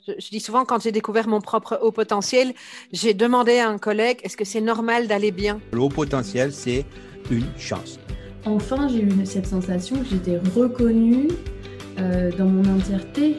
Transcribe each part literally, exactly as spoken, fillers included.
Je, je dis souvent, quand j'ai découvert mon propre haut potentiel, j'ai demandé à un collègue, est-ce que c'est normal d'aller bien? Le haut potentiel, c'est une chance. Enfin, j'ai eu cette sensation que j'étais reconnue euh, dans mon entièreté.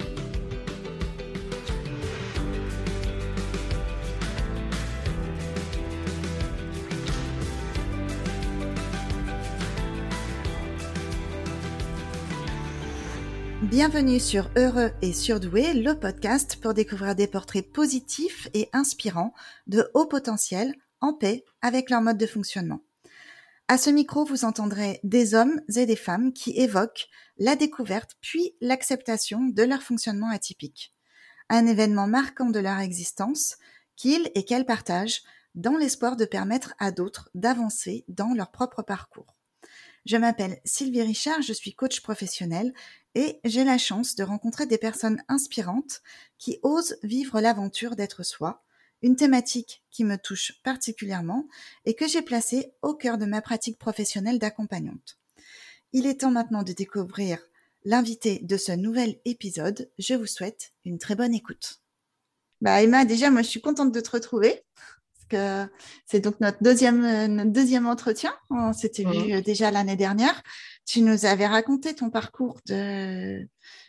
Bienvenue sur Heureux et Surdoué, le podcast pour découvrir des portraits positifs et inspirants de haut potentiel en paix avec leur mode de fonctionnement. À ce micro, vous entendrez des hommes et des femmes qui évoquent la découverte puis l'acceptation de leur fonctionnement atypique. Un événement marquant de leur existence qu'ils et qu'elles partagent dans l'espoir de permettre à d'autres d'avancer dans leur propre parcours. Je m'appelle Sylvie Richard, je suis coach professionnel et j'ai la chance de rencontrer des personnes inspirantes qui osent vivre l'aventure d'être soi, une thématique qui me touche particulièrement et que j'ai placée au cœur de ma pratique professionnelle d'accompagnante. Il est temps maintenant de découvrir l'invité de ce nouvel épisode. Je vous souhaite une très bonne écoute. Bah Emma, déjà, moi je suis contente de te retrouver. Que c'est donc notre deuxième, notre deuxième entretien. On s'était Mhm. vu déjà l'année dernière. Tu nous avais raconté ton parcours de,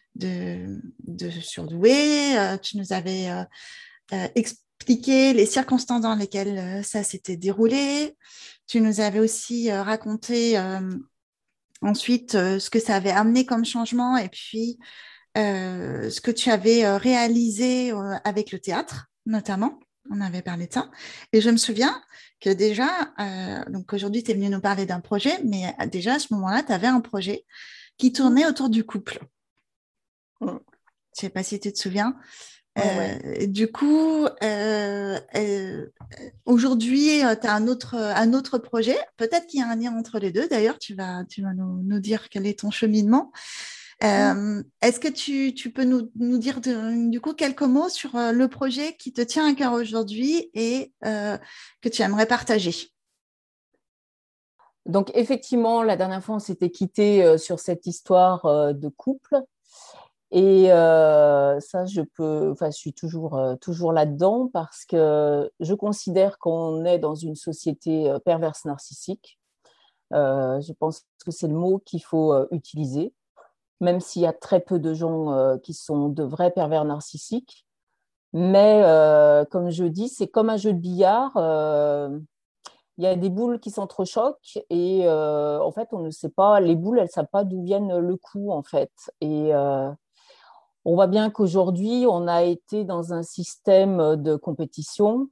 de, de surdoué. Euh, tu nous avais euh, euh, expliqué les circonstances dans lesquelles euh, ça s'était déroulé. Tu nous avais aussi euh, raconté euh, ensuite euh, ce que ça avait amené comme changement et puis euh, ce que tu avais euh, réalisé euh, avec le théâtre, notamment. On avait parlé de ça. Et je me souviens que déjà, euh, donc aujourd'hui, tu es venu nous parler d'un projet, mais déjà à ce moment-là, tu avais un projet qui tournait autour du couple. Mm. Je ne sais pas si tu te souviens. Ouais, ouais. Euh, du coup, euh, euh, aujourd'hui, tu as un autre, un autre projet. Peut-être qu'il y a un lien entre les deux. D'ailleurs, tu vas, tu vas nous, nous dire quel est ton cheminement. Euh, est-ce que tu, tu peux nous, nous dire de- du coup quelques mots sur euh, le projet qui te tient à cœur aujourd'hui et euh, que tu aimerais partager? Donc, effectivement, la dernière fois, on s'était quitté euh, sur cette histoire euh, de couple. Et euh, ça, je peux, enfin, je suis toujours, euh, toujours là-dedans parce que je considère qu'on est dans une société euh, perverse narcissique. Euh, je pense que c'est le mot qu'il faut euh, utiliser, même s'il y a très peu de gens euh, qui sont de vrais pervers narcissiques. Mais euh, comme je dis, c'est comme un jeu de billard. Euh, il y a des boules qui s'entrechoquent et euh, en fait, on ne sait pas, les boules, elles ne savent pas d'où viennent le coup, en fait. Et euh, on voit bien qu'aujourd'hui, on a été dans un système de compétition,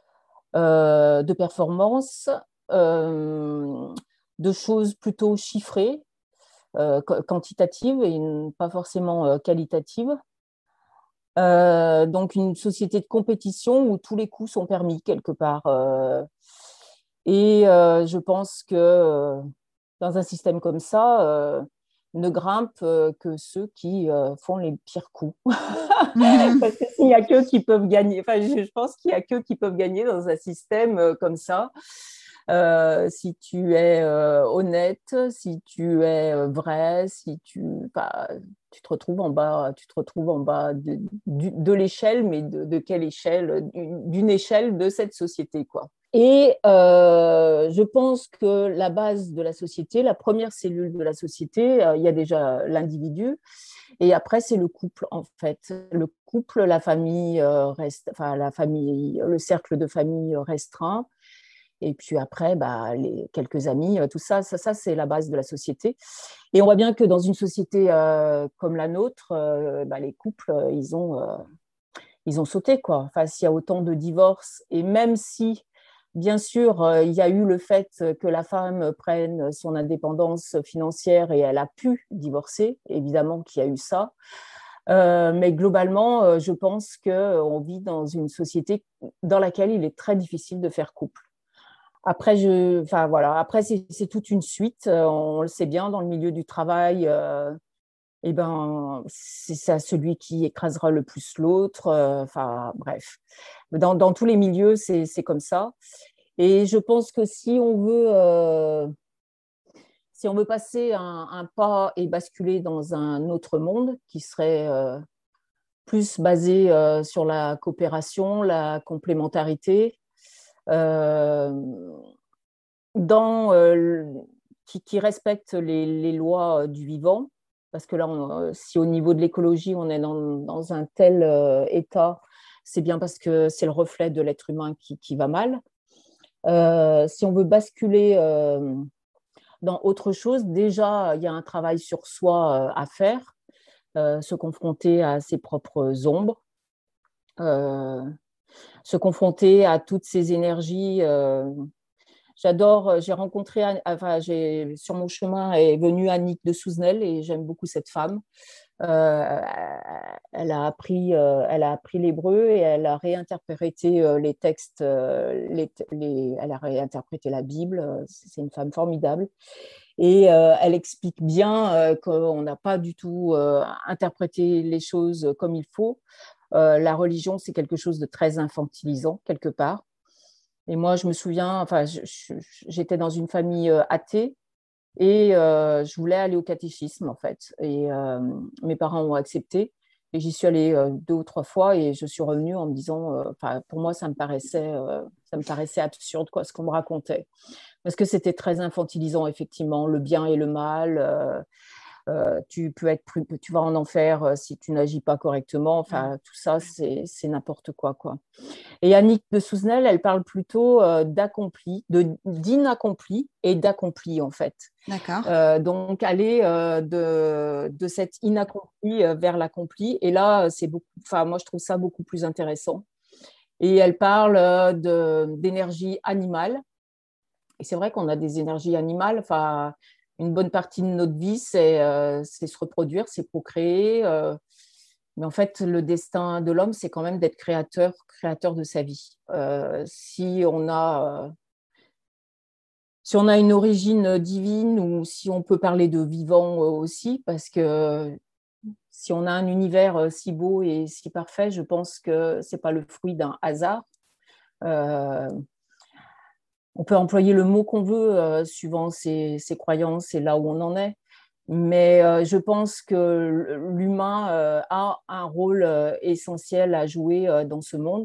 euh, de performance, euh, de choses plutôt chiffrées, euh, quantitatives et pas forcément euh, qualitatives. Euh, donc, une société de compétition où tous les coups sont permis quelque part. Euh, et euh, je pense que euh, dans un système comme ça, euh, ne grimpent euh, que ceux qui euh, font les pires coups. Parce que s'il n'y a qu'eux qui peuvent gagner, enfin, je, je pense qu'il n'y a qu'eux qui peuvent gagner dans un système euh, comme ça. Euh, si tu es euh, honnête, si tu es euh, vrai, si tu, bah, tu te retrouves en bas, tu te retrouves en bas de, de, de l'échelle, mais de, de quelle échelle? D'une échelle de cette société, quoi. Et euh, je pense que la base de la société, la première cellule de la société, euh, il y a déjà l'individu, et après c'est le couple en fait. Le couple, la famille euh, reste, enfin la famille, le cercle de famille restreint. Et puis après, bah, les quelques amis, tout ça, ça, ça c'est la base de la société. Et on voit bien que dans une société euh, comme la nôtre, euh, bah, les couples, ils ont, euh, ils ont sauté, quoi. Enfin, s'il y a autant de divorces, et même si, bien sûr, euh, il y a eu le fait que la femme prenne son indépendance financière et elle a pu divorcer, évidemment qu'il y a eu ça. Euh, mais globalement, euh, je pense qu'on vit dans une société dans laquelle il est très difficile de faire couple. Après, je, enfin, voilà. Après c'est, c'est toute une suite. Euh, on le sait bien, dans le milieu du travail, euh, eh ben, c'est ça celui qui écrasera le plus l'autre. Euh, enfin, bref. Dans, dans tous les milieux, c'est, c'est comme ça. Et je pense que si on veut, euh, si on veut passer un, un pas et basculer dans un autre monde qui serait euh, plus basée euh, sur la coopération, la complémentarité, euh, dans, euh, qui, qui respecte les, les lois du vivant. Parce que là, on, si au niveau de l'écologie, on est dans, dans un tel euh, état, c'est bien parce que c'est le reflet de l'être humain qui, qui va mal. Euh, si on veut basculer euh, dans autre chose, déjà, il y a un travail sur soi euh, à faire, euh, se confronter à ses propres ombres, euh, se confronter à toutes ces énergies. Euh, j'adore, j'ai rencontré, enfin, j'ai, sur mon chemin est venue Annick de Souzenel et j'aime beaucoup cette femme. Euh, elle a appris, euh, elle a appris l'hébreu et elle a réinterprété euh, les textes, euh, les, les, elle a réinterprété la Bible. C'est une femme formidable et euh, elle explique bien euh, qu'on n'a pas du tout euh, interprété les choses comme il faut. Euh, la religion, c'est quelque chose de très infantilisant quelque part. Et moi, je me souviens, enfin, je, je, j'étais dans une famille euh, athée. Et euh, je voulais aller au catéchisme, en fait. Et euh, mes parents ont accepté. Et j'y suis allée euh, deux ou trois fois et je suis revenue en me disant, euh, pour moi, ça me paraissait, euh, ça me paraissait absurde, quoi, ce qu'on me racontait. Parce que c'était très infantilisant, effectivement, le bien et le mal. Euh, euh, tu peux être, tu vas en enfer euh, si tu n'agis pas correctement. Enfin, tout ça, c'est, c'est n'importe quoi, quoi. Et Annick de Souzenel, elle parle plutôt euh, d'accompli, de, d'inaccompli et d'accompli, en fait. D'accord. Euh, donc, aller euh, de, de cet inaccompli euh, vers l'accompli. Et là, c'est beaucoup, enfin, moi, je trouve ça beaucoup plus intéressant. Et elle parle euh, de, d'énergie animale. Et c'est vrai qu'on a des énergies animales. Enfin, une bonne partie de notre vie, c'est, euh, c'est se reproduire, c'est procréer. Euh, mais en fait, le destin de l'homme, c'est quand même d'être créateur, créateur de sa vie. Euh, si on a, euh, si on a une origine divine ou si on peut parler de vivant aussi, parce que si on a un univers si beau et si parfait, je pense que c'est pas le fruit d'un hasard. Euh, on peut employer le mot qu'on veut euh, suivant ses, ses croyances et là où on en est. Mais euh, je pense que l'humain euh, a un rôle euh, essentiel à jouer euh, dans ce monde.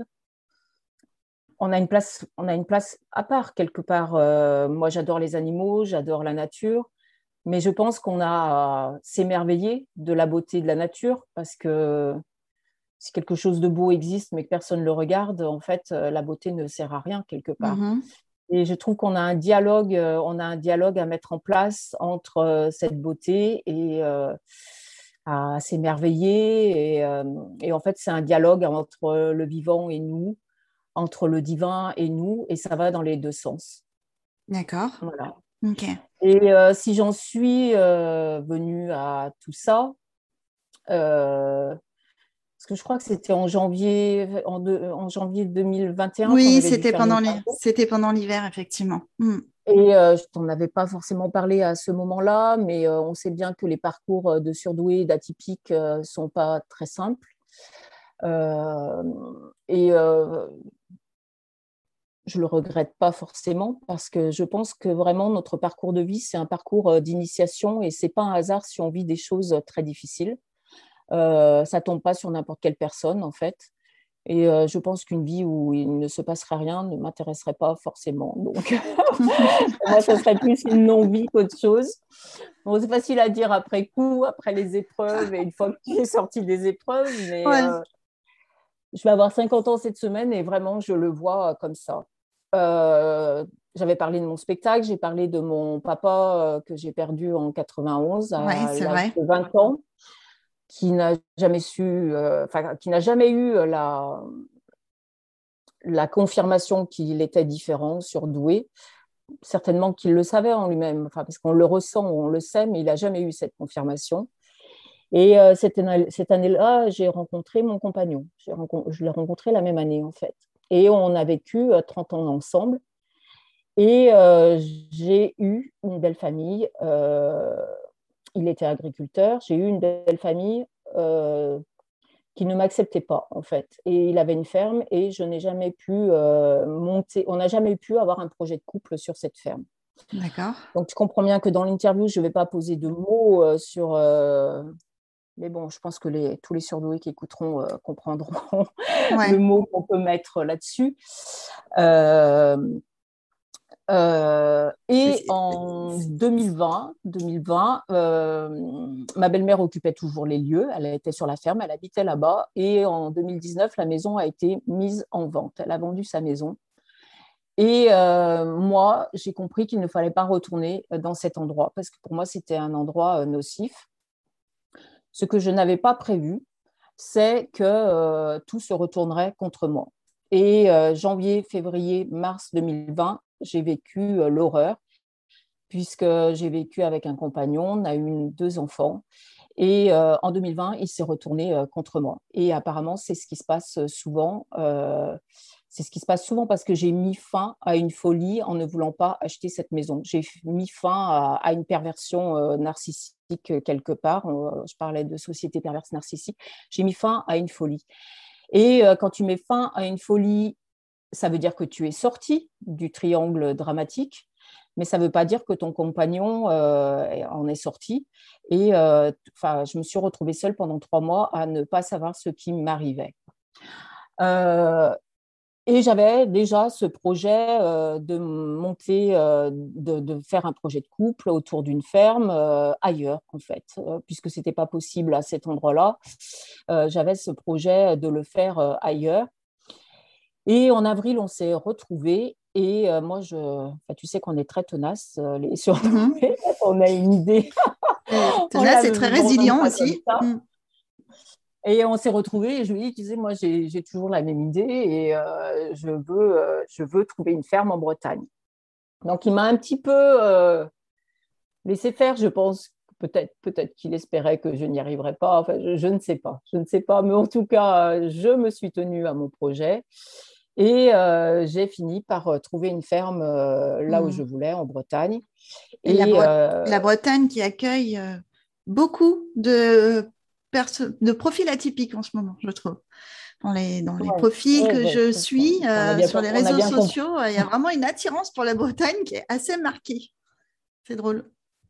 On a une place, on a une place à part quelque part. Euh, moi, j'adore les animaux, j'adore la nature, mais je pense qu'on a à s'émerveiller de la beauté de la nature parce que si quelque chose de beau existe mais que personne ne le regarde, en fait, la beauté ne sert à rien quelque part. Mm-hmm. Et je trouve qu'on a un dialogue, euh, on a un dialogue à mettre en place entre euh, cette beauté et euh, à s'émerveiller. Et, euh, et en fait, c'est un dialogue entre le vivant et nous, entre le divin et nous, et ça va dans les deux sens. D'accord. Voilà. Ok. Et euh, si j'en suis euh, venue à tout ça, euh, parce que je crois que c'était en janvier, en, de, en janvier deux mille vingt et un. Oui, c'était pendant, les... c'était pendant l'hiver, effectivement. Mm. Et euh, je t'en avais pas forcément parlé à ce moment-là, mais euh, on sait bien que les parcours de surdoués et d'atypiques euh, sont pas très simples. Euh, et euh, je le regrette pas forcément parce que je pense que vraiment notre parcours de vie, c'est un parcours d'initiation et c'est pas un hasard si on vit des choses très difficiles. Euh, ça tombe pas sur n'importe quelle personne en fait. Et euh, je pense qu'une vie où il ne se passerait rien ne m'intéresserait pas forcément. Donc, moi, ça serait plus une non-vie qu'autre chose. Bon, c'est facile à dire après coup, après les épreuves et une fois que tu es sorti des épreuves, mais ouais. euh, je vais avoir cinquante ans cette semaine et vraiment, je le vois comme ça. Euh, j'avais parlé de mon spectacle, j'ai parlé de mon papa euh, que j'ai perdu en quatre-vingt-onze à ouais, l'âge de vingt ans. Qui n'a jamais su, euh, enfin, qui n'a jamais eu la, la confirmation qu'il était différent, surdoué. Certainement qu'il le savait en lui-même, enfin, parce qu'on le ressent, on le sait, mais il n'a jamais eu cette confirmation. Et euh, cette, cette année-là, j'ai rencontré mon compagnon. J'ai rencontré, je l'ai rencontré la même année, en fait. Et on a vécu trente ans ensemble. Et euh, j'ai eu une belle famille. Euh, il était agriculteur. J'ai eu une belle famille euh, qui ne m'acceptait pas, en fait. Et il avait une ferme et je n'ai jamais pu euh, monter, on n'a jamais pu avoir un projet de couple sur cette ferme. D'accord. Donc, tu comprends bien que dans l'interview, je ne vais pas poser de mots euh, sur, euh, Mais bon, je pense que les, tous les surdoués qui écouteront euh, comprendront Ouais. le mot qu'on peut mettre là-dessus. Euh, euh, et en deux mille vingt, deux mille vingt euh, ma belle-mère occupait toujours les lieux. Elle était sur la ferme, elle habitait là-bas. Et en deux mille dix-neuf, la maison a été mise en vente. Elle a vendu sa maison. Et euh, moi, j'ai compris qu'il ne fallait pas retourner dans cet endroit parce que pour moi, c'était un endroit euh, nocif. Ce que je n'avais pas prévu, c'est que euh, tout se retournerait contre moi. Et euh, janvier, février, mars deux mille vingt, j'ai vécu euh, l'horreur puisque j'ai vécu avec un compagnon, on a eu deux enfants. Et euh, en deux mille vingt, il s'est retourné euh, contre moi. Et apparemment, c'est ce qui se passe souvent. Euh, c'est ce qui se passe souvent parce que j'ai mis fin à une folie en ne voulant pas acheter cette maison. J'ai mis fin à, à une perversion euh, narcissique quelque part. On, je parlais de société perverse narcissique. J'ai mis fin à une folie. Et euh, quand tu mets fin à une folie, ça veut dire que tu es sorti du triangle dramatique, mais ça ne veut pas dire que ton compagnon euh, en est sorti. Et euh, je me suis retrouvée seule pendant trois mois à ne pas savoir ce qui m'arrivait. Euh, et j'avais déjà ce projet euh, de monter, euh, de, de faire un projet de couple autour d'une ferme euh, ailleurs, en fait, euh, puisque ce n'était pas possible à cet endroit-là. Euh, j'avais ce projet de le faire euh, ailleurs. Et en avril, on s'est retrouvés. Et euh, moi, je, enfin, tu sais qu'on est très tenace, euh, les surdoués. Mm-hmm. On a une idée. Tenace et très résilient aussi. Mm. Et on s'est retrouvés. Et je lui ai dit, tu sais, moi, j'ai, j'ai toujours la même idée et euh, je, veux, euh, je veux trouver une ferme en Bretagne. Donc, il m'a un petit peu euh, laissé faire. Je pense peut-être, peut-être qu'il espérait que je n'y arriverais pas. Enfin, je, je ne sais pas. Je ne sais pas. Mais en tout cas, je me suis tenue à mon projet. Et euh, j'ai fini par euh, trouver une ferme euh, là mmh. où je voulais, en Bretagne. Et, et la, Bre- euh... la Bretagne qui accueille euh, beaucoup de, perso- de profils atypiques en ce moment, je trouve. Dans les, dans les ouais, profils ouais, que ouais, je suis euh, sur les réseaux sociaux, il y a vraiment une attirance pour la Bretagne qui est assez marquée. C'est drôle.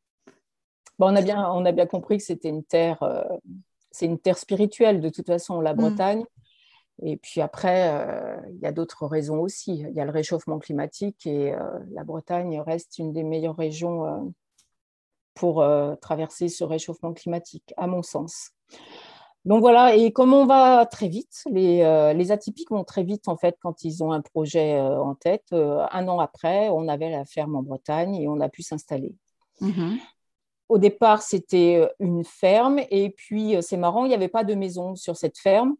Bon, on, a bien, on a bien compris que c'était une terre, euh, c'est une terre spirituelle de toute façon, la Bretagne. Mmh. Et puis après, euh, il y a d'autres raisons aussi. Il y a le réchauffement climatique et euh, la Bretagne reste une des meilleures régions euh, pour euh, traverser ce réchauffement climatique, à mon sens. Donc voilà, et comme on va très vite, les, euh, les atypiques vont très vite en fait quand ils ont un projet euh, en tête. Euh, un an après, on avait la ferme en Bretagne et on a pu s'installer. Mmh. Au départ, c'était une ferme et puis c'est marrant, il n'y avait pas de maison sur cette ferme.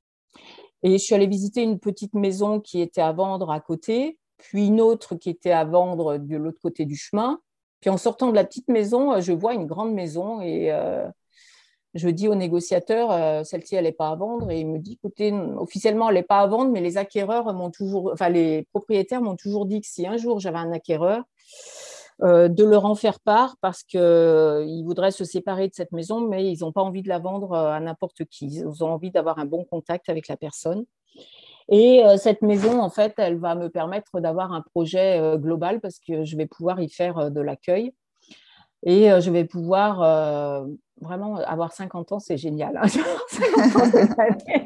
Et je suis allée visiter une petite maison qui était à vendre à côté, puis une autre qui était à vendre de l'autre côté du chemin. Puis en sortant de la petite maison, je vois une grande maison et euh, je dis au négociateur, euh, celle-ci, elle n'est pas à vendre. Et il me dit, écoutez, officiellement, elle n'est pas à vendre, mais les acquéreurs m'ont toujours, enfin, les propriétaires m'ont toujours dit que si un jour j'avais un acquéreur, euh, de leur en faire part parce qu'ils euh, voudraient se séparer de cette maison, mais ils n'ont pas envie de la vendre à n'importe qui. Ils ont envie d'avoir un bon contact avec la personne. Et euh, cette maison, en fait, elle va me permettre d'avoir un projet euh, global parce que je vais pouvoir y faire euh, de l'accueil. Et euh, je vais pouvoir euh, vraiment avoir cinquante ans, c'est génial. Hein. cinquante ans, c'est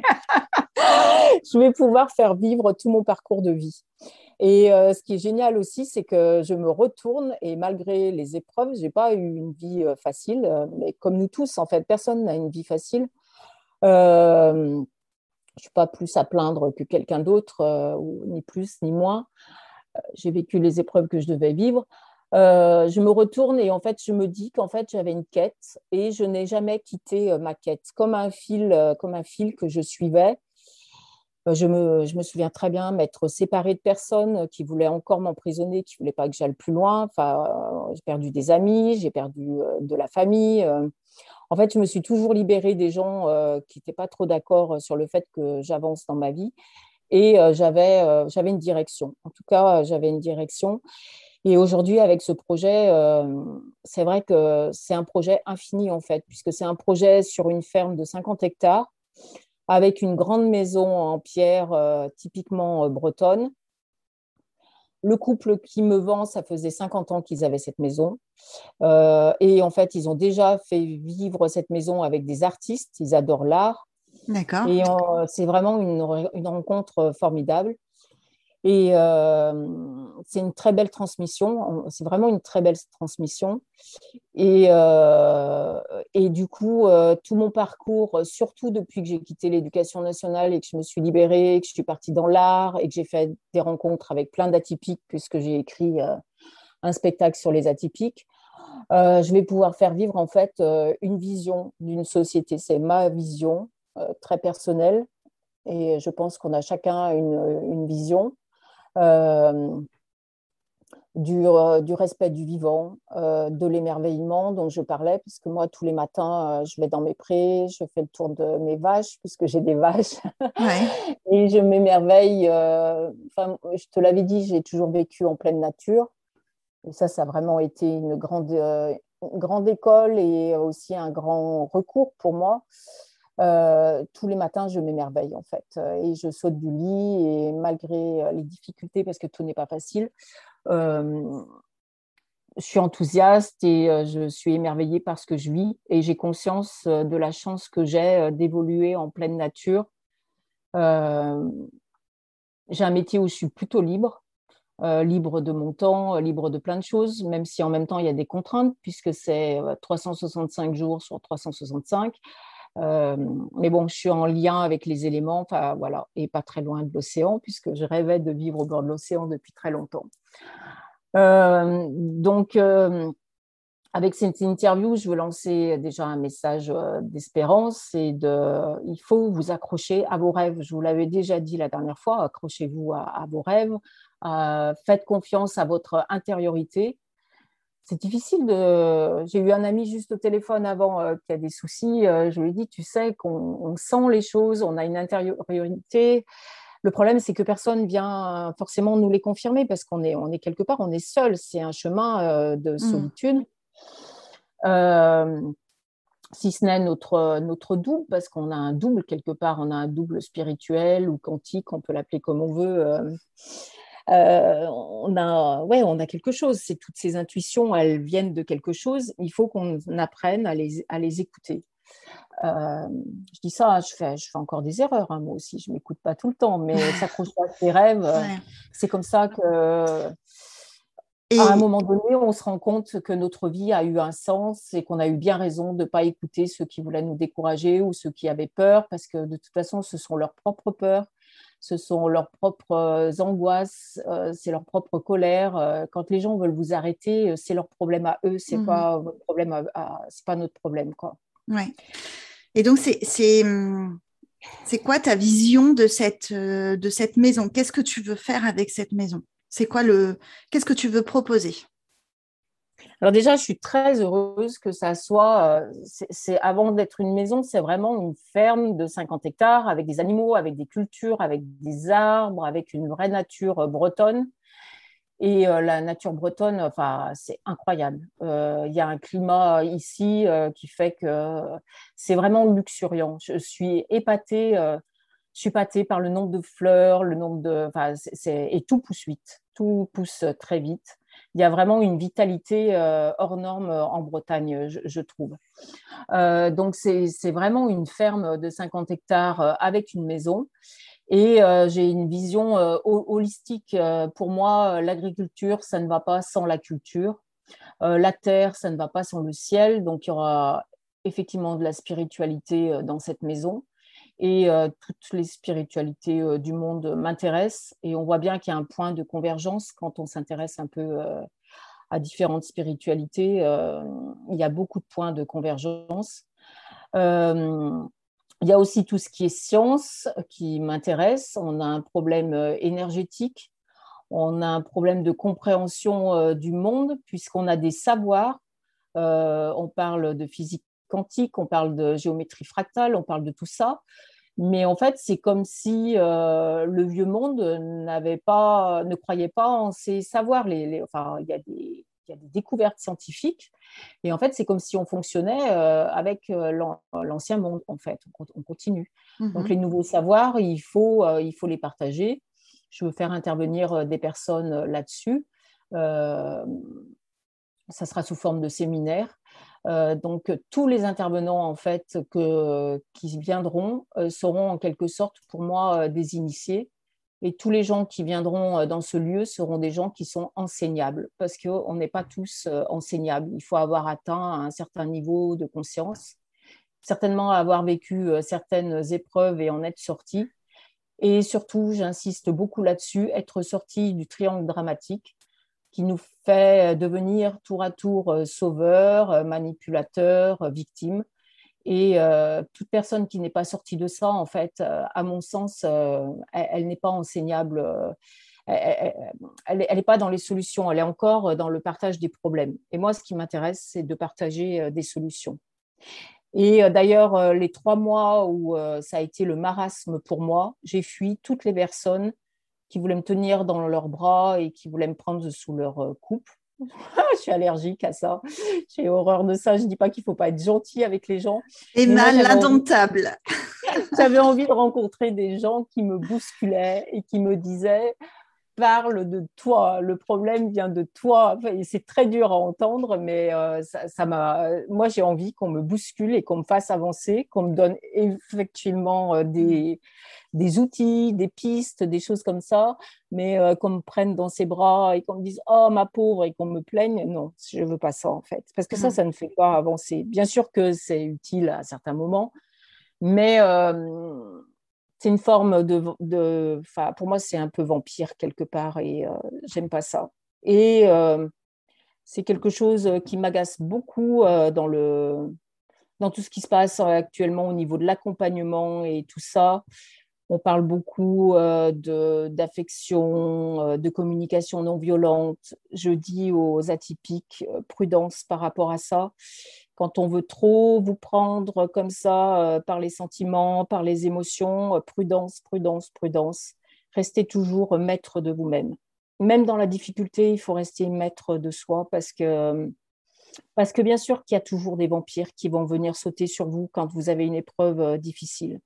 je vais pouvoir faire vivre tout mon parcours de vie. Et euh, ce qui est génial aussi, c'est que je me retourne et malgré les épreuves, je n'ai pas eu une vie euh, facile, euh, mais comme nous tous, en fait, personne n'a une vie facile. Euh, je ne suis pas plus à plaindre que quelqu'un d'autre, euh, ni plus ni moins. Euh, j'ai vécu les épreuves que je devais vivre. Euh, je me retourne et en fait, je me dis qu'en fait, j'avais une quête et je n'ai jamais quitté euh, ma quête, comme un fil, euh, comme un fil que je suivais. Je me, je me souviens très bien m'être séparée de personnes qui voulaient encore m'emprisonner, qui ne voulaient pas que j'aille plus loin. Enfin, j'ai perdu des amis, j'ai perdu euh, de la famille. En fait, je me suis toujours libérée des gens euh, qui n'étaient pas trop d'accord sur le fait que j'avance dans ma vie. Et euh, j'avais, euh, j'avais une direction. En tout cas, j'avais une direction. Et aujourd'hui, avec ce projet, euh, c'est vrai que c'est un projet infini, en fait, puisque c'est un projet sur une ferme de cinquante hectares, avec une grande maison en pierre euh, typiquement euh, bretonne. le couple qui me vend, ça faisait cinquante ans qu'ils avaient cette maison. Euh, et en fait, ils ont déjà fait vivre cette maison avec des artistes. Ils adorent l'art. D'accord. Et on, c'est vraiment une, une rencontre formidable. Et euh, c'est une très belle transmission. C'est vraiment une très belle transmission. Et, euh, et du coup, euh, tout mon parcours, surtout depuis que j'ai quitté l'éducation nationale et que je me suis libérée, que je suis partie dans l'art et que j'ai fait des rencontres avec plein d'atypiques, puisque j'ai écrit euh, un spectacle sur les atypiques, euh, je vais pouvoir faire vivre en fait euh, une vision d'une société. C'est ma vision euh, très personnelle et je pense qu'on a chacun une, une vision. Euh, Du, euh, du respect du vivant, euh, de l'émerveillement dont je parlais, puisque moi, tous les matins, euh, je vais dans mes prés, je fais le tour de mes vaches, puisque j'ai des vaches, Ouais. et je m'émerveille. Euh, enfin, je te l'avais dit, j'ai toujours vécu en pleine nature, et ça, ça a vraiment été une grande, euh, une grande école et aussi un grand recours pour moi. Euh, tous les matins, je m'émerveille en fait, et je saute du lit, et malgré les difficultés, parce que tout n'est pas facile, euh, je suis enthousiaste et euh, je suis émerveillée par ce que je vis, et j'ai conscience euh, de la chance que j'ai euh, d'évoluer en pleine nature. Euh, j'ai un métier où je suis plutôt libre, euh, libre de mon temps, euh, libre de plein de choses, même si en même temps il y a des contraintes, puisque c'est euh, trois cent soixante-cinq jours sur trois cent soixante-cinq. Euh, mais bon, je suis en lien avec les éléments, enfin voilà, et pas très loin de l'océan, puisque je rêvais de vivre au bord de l'océan depuis très longtemps. Euh, donc, euh, avec cette interview, je veux lancer déjà un message euh, d'espérance et de, il faut vous accrocher à vos rêves. Je vous l'avais déjà dit la dernière fois, accrochez-vous à, à vos rêves, euh, faites confiance à votre intériorité. C'est difficile de... J'ai eu un ami juste au téléphone avant euh, qui a des soucis. Euh, je lui ai dit, tu sais qu'on on sent les choses, on a une intériorité. Le problème, c'est que personne vient forcément nous les confirmer parce qu'on est, on est quelque part, on est seul. C'est un chemin euh, de solitude. Mmh. Euh, si ce n'est notre, notre double, parce qu'on a un double quelque part, on a un double spirituel ou quantique, on peut l'appeler comme on veut. Euh, euh, on a, ouais, on a quelque chose. C'est toutes ces intuitions, elles viennent de quelque chose. Il faut qu'on apprenne à les, à les écouter. Euh, je dis ça, je fais, je fais encore des erreurs, hein, moi aussi, je ne m'écoute pas tout le temps, mais s'accrocher à ses rêves, ouais. C'est comme ça que, et... à un moment donné, on se rend compte que notre vie a eu un sens et qu'on a eu bien raison de ne pas écouter ceux qui voulaient nous décourager ou ceux qui avaient peur, parce que de toute façon, ce sont leurs propres peurs, ce sont leurs propres angoisses, euh, c'est leur propre colère. Euh, quand les gens veulent vous arrêter, c'est leur problème à eux, c'est mmh. pas votre problème à, à, c'est pas notre problème, quoi. Ouais. Et donc, c'est, c'est, c'est quoi ta vision de cette, de cette maison? Qu'est-ce que tu veux faire avec cette maison? C'est quoi le, qu'est-ce que tu veux proposer? Alors déjà, je suis très heureuse que ça soit, c'est, c'est, avant d'être une maison, c'est vraiment une ferme de cinquante hectares avec des animaux, avec des cultures, avec des arbres, avec une vraie nature bretonne. Et euh, la nature bretonne, enfin, c'est incroyable. Il euh, y a un climat ici euh, qui fait que euh, c'est vraiment luxuriant. Je suis épatée, euh, je suis épatée par le nombre de fleurs, le nombre de, enfin, c'est, c'est, et tout pousse vite, tout pousse très vite. Il y a vraiment une vitalité euh, hors norme en Bretagne, je, je trouve. Euh, donc c'est, c'est vraiment une ferme de cinquante hectares euh, avec une maison. Et euh, j'ai une vision euh, holistique. Euh, pour moi, l'agriculture, ça ne va pas sans la culture. Euh, la terre, ça ne va pas sans le ciel. Donc, il y aura effectivement de la spiritualité euh, dans cette maison. Et euh, toutes les spiritualités euh, du monde m'intéressent. Et on voit bien qu'il y a un point de convergence quand on s'intéresse un peu euh, à différentes spiritualités. Euh, il y a beaucoup de points de convergence. Euh, Il y a aussi tout ce qui est science qui m'intéresse. On a un problème énergétique, on a un problème de compréhension du monde puisqu'on a des savoirs. Euh, on parle de physique quantique, on parle de géométrie fractale, on parle de tout ça. Mais en fait, c'est comme si euh, le vieux monde n'avait pas, ne croyait pas en ces savoirs. Les, les, enfin, il y a des... Il y a des découvertes scientifiques. Et en fait, c'est comme si on fonctionnait euh, avec euh, l'ancien monde, en fait. On, on continue. Mm-hmm. Donc, les nouveaux savoirs, il faut, euh, il faut les partager. je veux faire intervenir des personnes là-dessus. Euh, ça sera sous forme de séminaire. Euh, donc, tous les intervenants en fait que, qui viendront euh, seront en quelque sorte pour moi euh, des initiés. Et tous les gens qui viendront dans ce lieu seront des gens qui sont enseignables, parce qu'on n'est pas tous euh, enseignables. Il faut avoir atteint un certain niveau de conscience, certainement avoir vécu euh, certaines épreuves et en être sorti. Et surtout, j'insiste beaucoup là-dessus, être sorti du triangle dramatique qui nous fait devenir tour à tour sauveur, manipulateur, victime. Et euh, toute personne qui n'est pas sortie de ça, en fait, euh, à mon sens, euh, elle, elle n'est pas enseignable. Euh, elle n'est pas dans les solutions, elle est encore dans le partage des problèmes. Et moi, ce qui m'intéresse, c'est de partager euh, des solutions. Et euh, d'ailleurs, euh, les trois mois où euh, ça a été le marasme pour moi, j'ai fui toutes les personnes qui voulaient me tenir dans leurs bras et qui voulaient me prendre sous leur euh, coupe. Je suis allergique à ça. J'ai horreur de ça. Je ne dis pas qu'il ne faut pas être gentil avec les gens. Emma, l'indomptable. Envie... J'avais envie de rencontrer des gens qui me bousculaient et qui me disaient « Parle de toi, le problème vient de toi. » Enfin, c'est très dur à entendre, mais euh, ça, ça m'a... moi, j'ai envie qu'on me bouscule et qu'on me fasse avancer, qu'on me donne effectivement euh, des... des outils, des pistes, des choses comme ça, mais euh, qu'on me prenne dans ses bras et qu'on me dise « Oh, ma pauvre » et qu'on me plaigne. Non, je ne veux pas ça, en fait. Parce que ça, ça ne fait pas avancer. Bien sûr que c'est utile à certains moments, mais euh, c'est une forme de... de pour moi, c'est un peu vampire, quelque part, et euh, je n'aime pas ça. Et euh, c'est quelque chose qui m'agace beaucoup euh, dans le... dans tout ce qui se passe actuellement au niveau de l'accompagnement et tout ça. On parle beaucoup euh, de, d'affection, euh, de communication non violente. Je dis aux atypiques, euh, prudence par rapport à ça. Quand on veut trop vous prendre comme ça euh, par les sentiments, par les émotions, euh, prudence, prudence, prudence. Restez toujours maître de vous-même. Même dans la difficulté, il faut rester maître de soi parce que, parce que bien sûr qu'il y a toujours des vampires qui vont venir sauter sur vous quand vous avez une épreuve euh, difficile.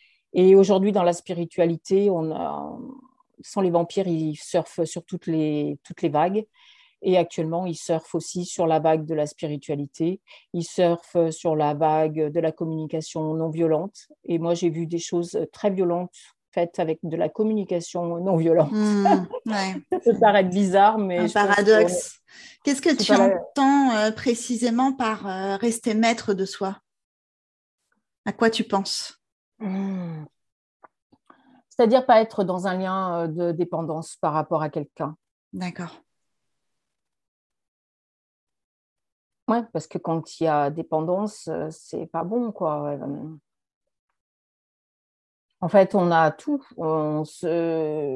Et aujourd'hui, dans la spiritualité, on a, sans les vampires, ils surfent sur toutes les, toutes les vagues. Et actuellement, ils surfent aussi sur la vague de la spiritualité. Ils surfent sur la vague de la communication non violente. Et moi, j'ai vu des choses très violentes faites avec de la communication non violente. Mmh, ouais. Ça peut paraître bizarre, mais... Un je paradoxe. Que... Qu'est-ce que C'est tu la... entends euh, précisément par euh, rester maître de soi? À quoi tu penses? Mmh. C'est-à-dire pas être dans un lien de dépendance par rapport à quelqu'un. D'accord. Ouais, parce que quand il y a dépendance, c'est pas bon, quoi. En fait, on a tout. On se...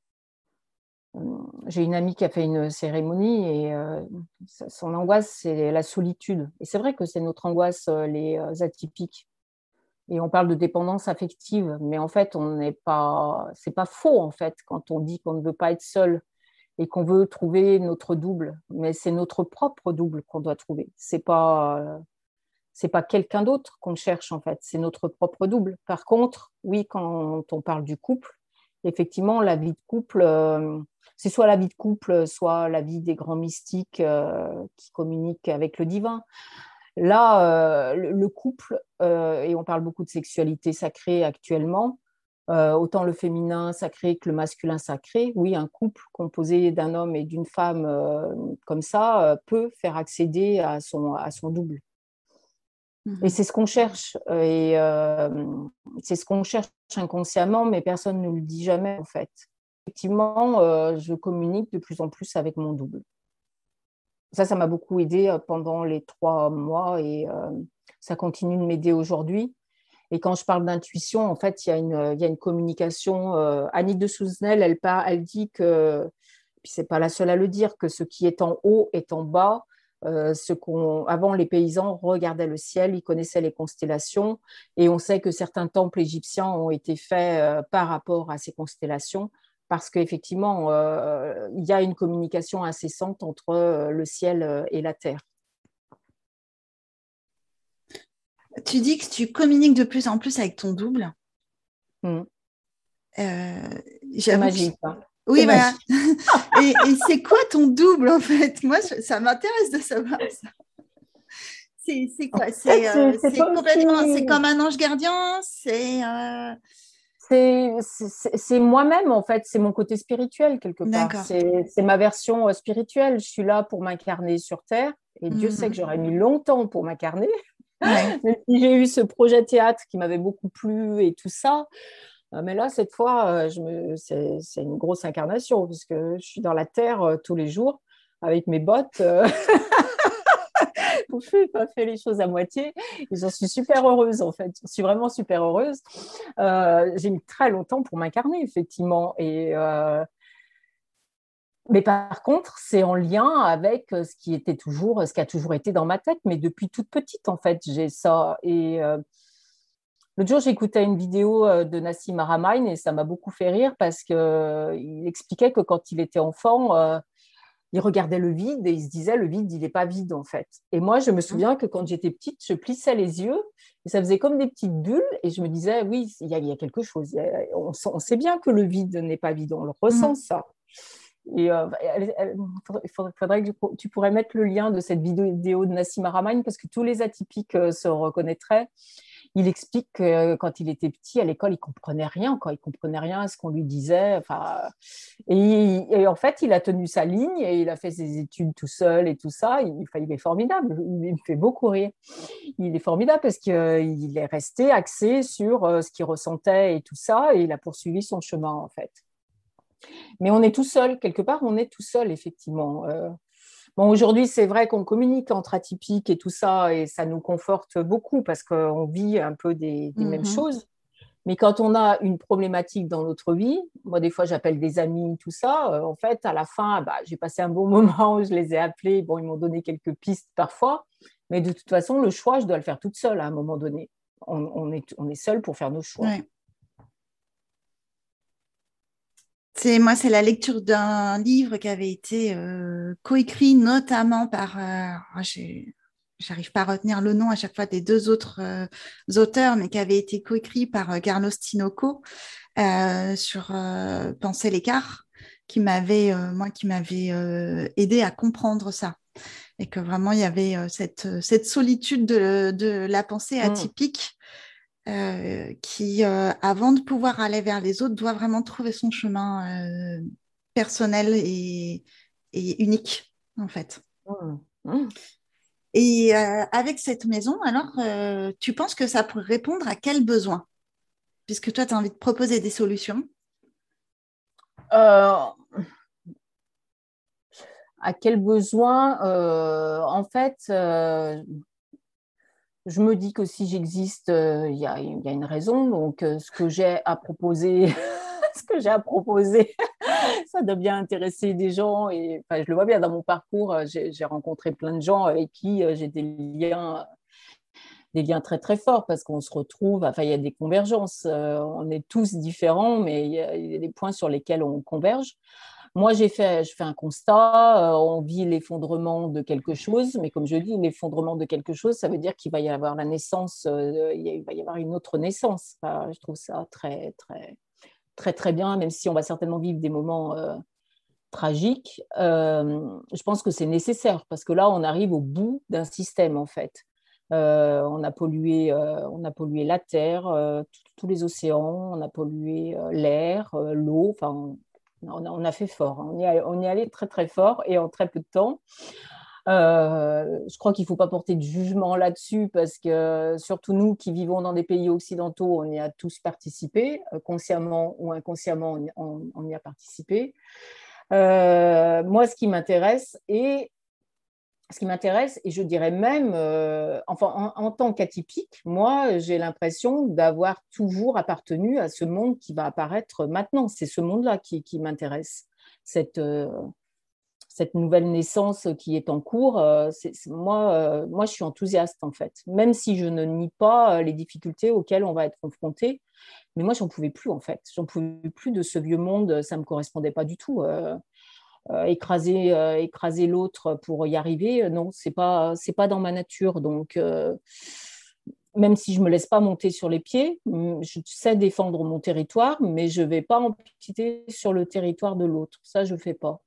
J'ai une amie qui a fait une cérémonie et euh, son angoisse, c'est la solitude. Et c'est vrai que c'est notre angoisse, les atypiques. Et on parle de dépendance affective, mais en fait, on n'est pas, c'est pas faux en fait quand on dit qu'on ne veut pas être seul et qu'on veut trouver notre double, mais c'est notre propre double qu'on doit trouver. C'est pas, c'est pas quelqu'un d'autre qu'on cherche en fait, c'est notre propre double. Par contre, oui, quand on parle du couple, effectivement, la vie de couple, euh, c'est soit la vie de couple, soit la vie des grands mystiques euh, qui communiquent avec le divin. Là, euh, le, le couple, euh, et on parle beaucoup de sexualité sacrée actuellement, euh, autant le féminin sacré que le masculin sacré. Oui, un couple composé d'un homme et d'une femme euh, comme ça euh, peut faire accéder à son, à son double. Mmh. Et c'est ce qu'on cherche. Et euh, c'est ce qu'on cherche inconsciemment, mais personne ne le dit jamais en fait. Effectivement, euh, je communique de plus en plus avec mon double. Ça, ça m'a beaucoup aidé pendant les trois mois et euh, ça continue de m'aider aujourd'hui. Et quand je parle d'intuition, en fait, il y a une, il y a une communication. Euh, Annie de Souzenel, elle, elle dit que, puis c'est pas la seule à le dire, que ce qui est en haut est en bas. Euh, ce qu'on, avant, les paysans regardaient le ciel, ils connaissaient les constellations et on sait que certains temples égyptiens ont été faits euh, par rapport à ces constellations. Parce qu'effectivement, euh, il y a une communication incessante entre euh, le ciel et la terre. Tu dis que tu communiques de plus en plus avec ton double. Mmh. Euh, j'avoue magique. Que... Hein. Oui, c'est voilà. magique. et, et c'est quoi ton double, en fait? Moi, je, ça m'intéresse de savoir ça. C'est, c'est quoi? C'est, euh, c'est, c'est c'est complètement... aussi... C'est comme un ange gardien? C'est... Euh... C'est, c'est, c'est moi-même, en fait. C'est mon côté spirituel, quelque part. C'est, c'est ma version spirituelle. Je suis là pour m'incarner sur Terre. Et Dieu mm-hmm. sait que j'aurais mis longtemps pour m'incarner. Ouais. Même si j'ai eu ce projet théâtre qui m'avait beaucoup plu et tout ça. Mais là, cette fois, je me... c'est, c'est une grosse incarnation parce que je suis dans la terre tous les jours avec mes bottes. Je n'ai pas fait les choses à moitié et j'en suis super heureuse en fait. Je suis vraiment super heureuse. Euh, j'ai mis très longtemps pour m'incarner, effectivement. Et, euh... Mais par contre, c'est en lien avec ce qui était toujours, ce qui a toujours été dans ma tête, mais depuis toute petite en fait, j'ai ça. Et euh... l'autre jour, j'écoutais une vidéo de Nassim Haramein et ça m'a beaucoup fait rire parce qu'il expliquait que quand il était enfant, euh, il regardait le vide et il se disait le vide, il n'est pas vide en fait. Et moi, je me souviens que quand j'étais petite, je plissais les yeux et ça faisait comme des petites bulles et je me disais oui, il y a, il y a quelque chose. Il y a, on, on sait bien que le vide n'est pas vide, on le ressent mmh. ça. Et euh, il faudrait, faudrait que tu pourrais mettre le lien de cette vidéo de Nassim Haramein parce que tous les atypiques euh, se reconnaîtraient. Il explique que quand il était petit à l'école, il comprenait rien, quoi. Il comprenait rien à ce qu'on lui disait. Enfin, et, et en fait, il a tenu sa ligne et il a fait ses études tout seul et tout ça. Il, enfin, il est formidable. Il me fait beaucoup rire. Il est formidable parce qu'il est resté axé sur ce qu'il ressentait et tout ça, et il a poursuivi son chemin en fait. Mais on est tout seul quelque part. On est tout seul effectivement. Euh, Bon, aujourd'hui, c'est vrai qu'on communique entre atypiques et tout ça, et ça nous conforte beaucoup parce qu'on vit un peu des, des mm-hmm. mêmes choses. Mais quand on a une problématique dans notre vie, moi, des fois, j'appelle des amis, tout ça. Euh, en fait, à la fin, bah, j'ai passé un bon moment où je les ai appelés. Bon, ils m'ont donné quelques pistes parfois. Mais de toute façon, le choix, je dois le faire toute seule à un moment donné. On, on est, on est seul pour faire nos choix. Ouais. C'est, moi, c'est la lecture d'un livre qui avait été euh, coécrit notamment par, euh, j'ai, j'arrive pas à retenir le nom à chaque fois des deux autres euh, auteurs, mais qui avait été coécrit par euh, Carlos Tinoco euh, sur euh, Penser l'écart, qui m'avait, euh, moi, qui m'avait euh, aidé à comprendre ça. Et que vraiment, il y avait euh, cette, cette solitude de, de la pensée atypique. Mmh. Euh, qui, euh, avant de pouvoir aller vers les autres, doit vraiment trouver son chemin euh, personnel et, et unique, en fait. Mmh. Mmh. Et euh, avec cette maison, alors, euh, tu penses que ça pourrait répondre à quel besoin? Puisque toi, tu as envie de proposer des solutions. Euh... À quel besoin euh, En fait... Euh... Je me dis que si j'existe, il euh, y, y a une raison. Donc, euh, ce que j'ai à proposer, ce que j'ai à proposer, ça doit bien intéresser des gens. Et enfin, je le vois bien dans mon parcours. J'ai, j'ai rencontré plein de gens avec qui euh, j'ai des liens, des liens très très forts parce qu'on se retrouve. Enfin, il y a des convergences. Euh, on est tous différents, mais il y, y a des points sur lesquels on converge. Moi, j'ai fait, je fais un constat, euh, on vit l'effondrement de quelque chose, mais comme je dis, l'effondrement de quelque chose, ça veut dire qu'il va y avoir la naissance, euh, il va y avoir une autre naissance. Enfin, je trouve ça très, très, très, très bien, même si on va certainement vivre des moments euh, tragiques. Euh, je pense que c'est nécessaire, parce que là, on arrive au bout d'un système, en fait. Euh, on a pollué, euh, on a pollué la terre, euh, tous les océans, on a pollué euh, l'air, euh, l'eau, enfin... On, On a fait fort, on y, a, on y est allé très très fort et en très peu de temps. Euh, je crois qu'il ne faut pas porter de jugement là-dessus parce que surtout nous qui vivons dans des pays occidentaux, on y a tous participé, consciemment ou inconsciemment, on, on, on y a participé. Euh, moi, ce qui m'intéresse et ce qui m'intéresse, et je dirais même, euh, enfin, en, en tant qu'atypique, moi, j'ai l'impression d'avoir toujours appartenu à ce monde qui va apparaître maintenant. C'est ce monde-là qui, qui m'intéresse. Cette, euh, cette nouvelle naissance qui est en cours, euh, c'est, c'est, moi, euh, moi, je suis enthousiaste, en fait. Même si je ne nie pas les difficultés auxquelles on va être confronté. Mais moi, j'en pouvais plus, en fait. J'en pouvais plus de ce vieux monde. Ça ne me correspondait pas du tout. Euh, Euh, écraser, euh, écraser l'autre pour y arriver, non, c'est pas, c'est pas dans ma nature. Donc, euh, même si je ne me laisse pas monter sur les pieds, je sais défendre mon territoire, mais je ne vais pas empiéter sur le territoire de l'autre. Ça, je ne fais pas.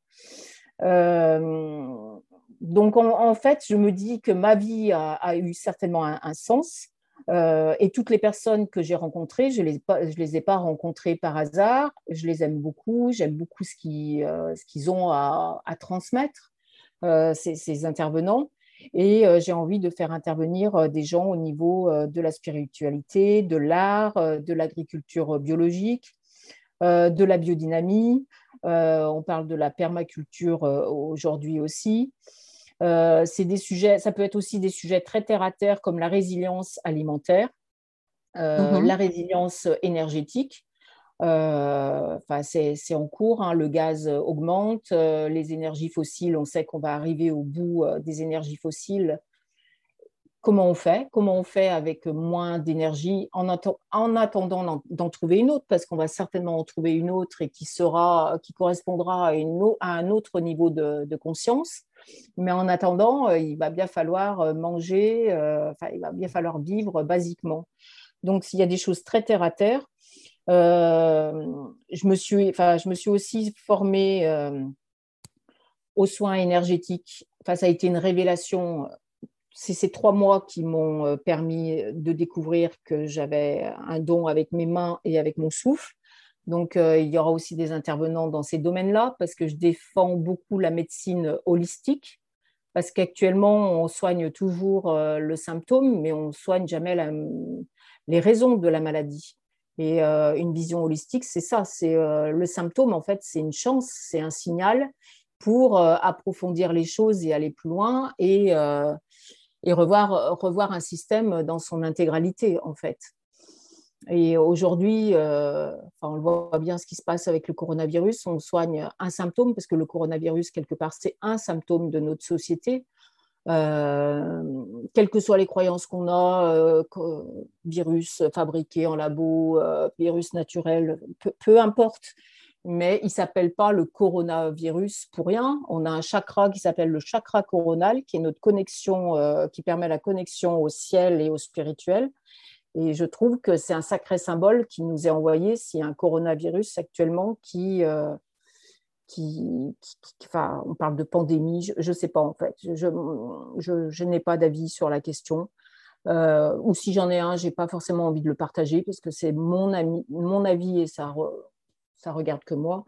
Euh, donc, en, en fait, je me dis que ma vie a, a eu certainement un, un sens. Euh, et toutes les personnes que j'ai rencontrées, je ne les, je les ai pas rencontrées par hasard. Je les aime beaucoup. J'aime beaucoup ce qu'ils, euh, ce qu'ils ont à, à transmettre, euh, ces, ces intervenants. Et euh, j'ai envie de faire intervenir euh, des gens au niveau euh, de la spiritualité, de l'art, euh, de l'agriculture biologique, euh, de la biodynamie. Euh, on parle de la permaculture euh, aujourd'hui aussi. Euh, c'est des sujets, ça peut être aussi des sujets très terre à terre comme la résilience alimentaire, euh, Mhm. la résilience énergétique. Euh, enfin, c'est, c'est en cours, hein, le gaz augmente, euh, les énergies fossiles, on sait qu'on va arriver au bout euh, des énergies fossiles. Comment on fait? Comment on fait avec moins d'énergie en, atten- en attendant d'en, d'en trouver une autre, parce qu'on va certainement en trouver une autre et qui sera, qui correspondra à, une au- à un autre niveau de, de conscience. Mais en attendant, euh, il va bien falloir euh, manger, euh, enfin, il va bien falloir vivre basiquement. Donc, s'il y a des choses très terre à terre, euh, je me suis, enfin, je me suis aussi formée euh, aux soins énergétiques. Enfin, ça a été une révélation. C'est ces trois mois qui m'ont permis de découvrir que j'avais un don avec mes mains et avec mon souffle. Donc, euh, il y aura aussi des intervenants dans ces domaines-là parce que je défends beaucoup la médecine holistique. Parce qu'actuellement, on soigne toujours euh, le symptôme, mais on ne soigne jamais la, les raisons de la maladie. Et euh, une vision holistique, c'est ça, c'est euh, le symptôme, en fait, c'est une chance, c'est un signal pour euh, approfondir les choses et aller plus loin et, euh, et revoir, revoir un système dans son intégralité, en fait. Et aujourd'hui, euh, enfin, on le voit bien ce qui se passe avec le coronavirus, on soigne un symptôme, parce que le coronavirus, quelque part, c'est un symptôme de notre société. Euh, quelles que soient les croyances qu'on a, euh, virus fabriqué en labo, euh, virus naturel, peu, peu importe, mais il ne s'appelle pas le coronavirus pour rien. On a un chakra qui s'appelle le chakra coronal, qui est notre connexion, euh, qui permet la connexion au ciel et au spirituel. Et je trouve que c'est un sacré symbole qui nous est envoyé s'il y a un coronavirus actuellement qui, euh, qui, qui, qui enfin, on parle de pandémie, je ne sais pas en fait, je, je, je n'ai pas d'avis sur la question. Euh, ou si j'en ai un, je n'ai pas forcément envie de le partager parce que c'est mon, ami, mon avis et ça, re, ça regarde que moi.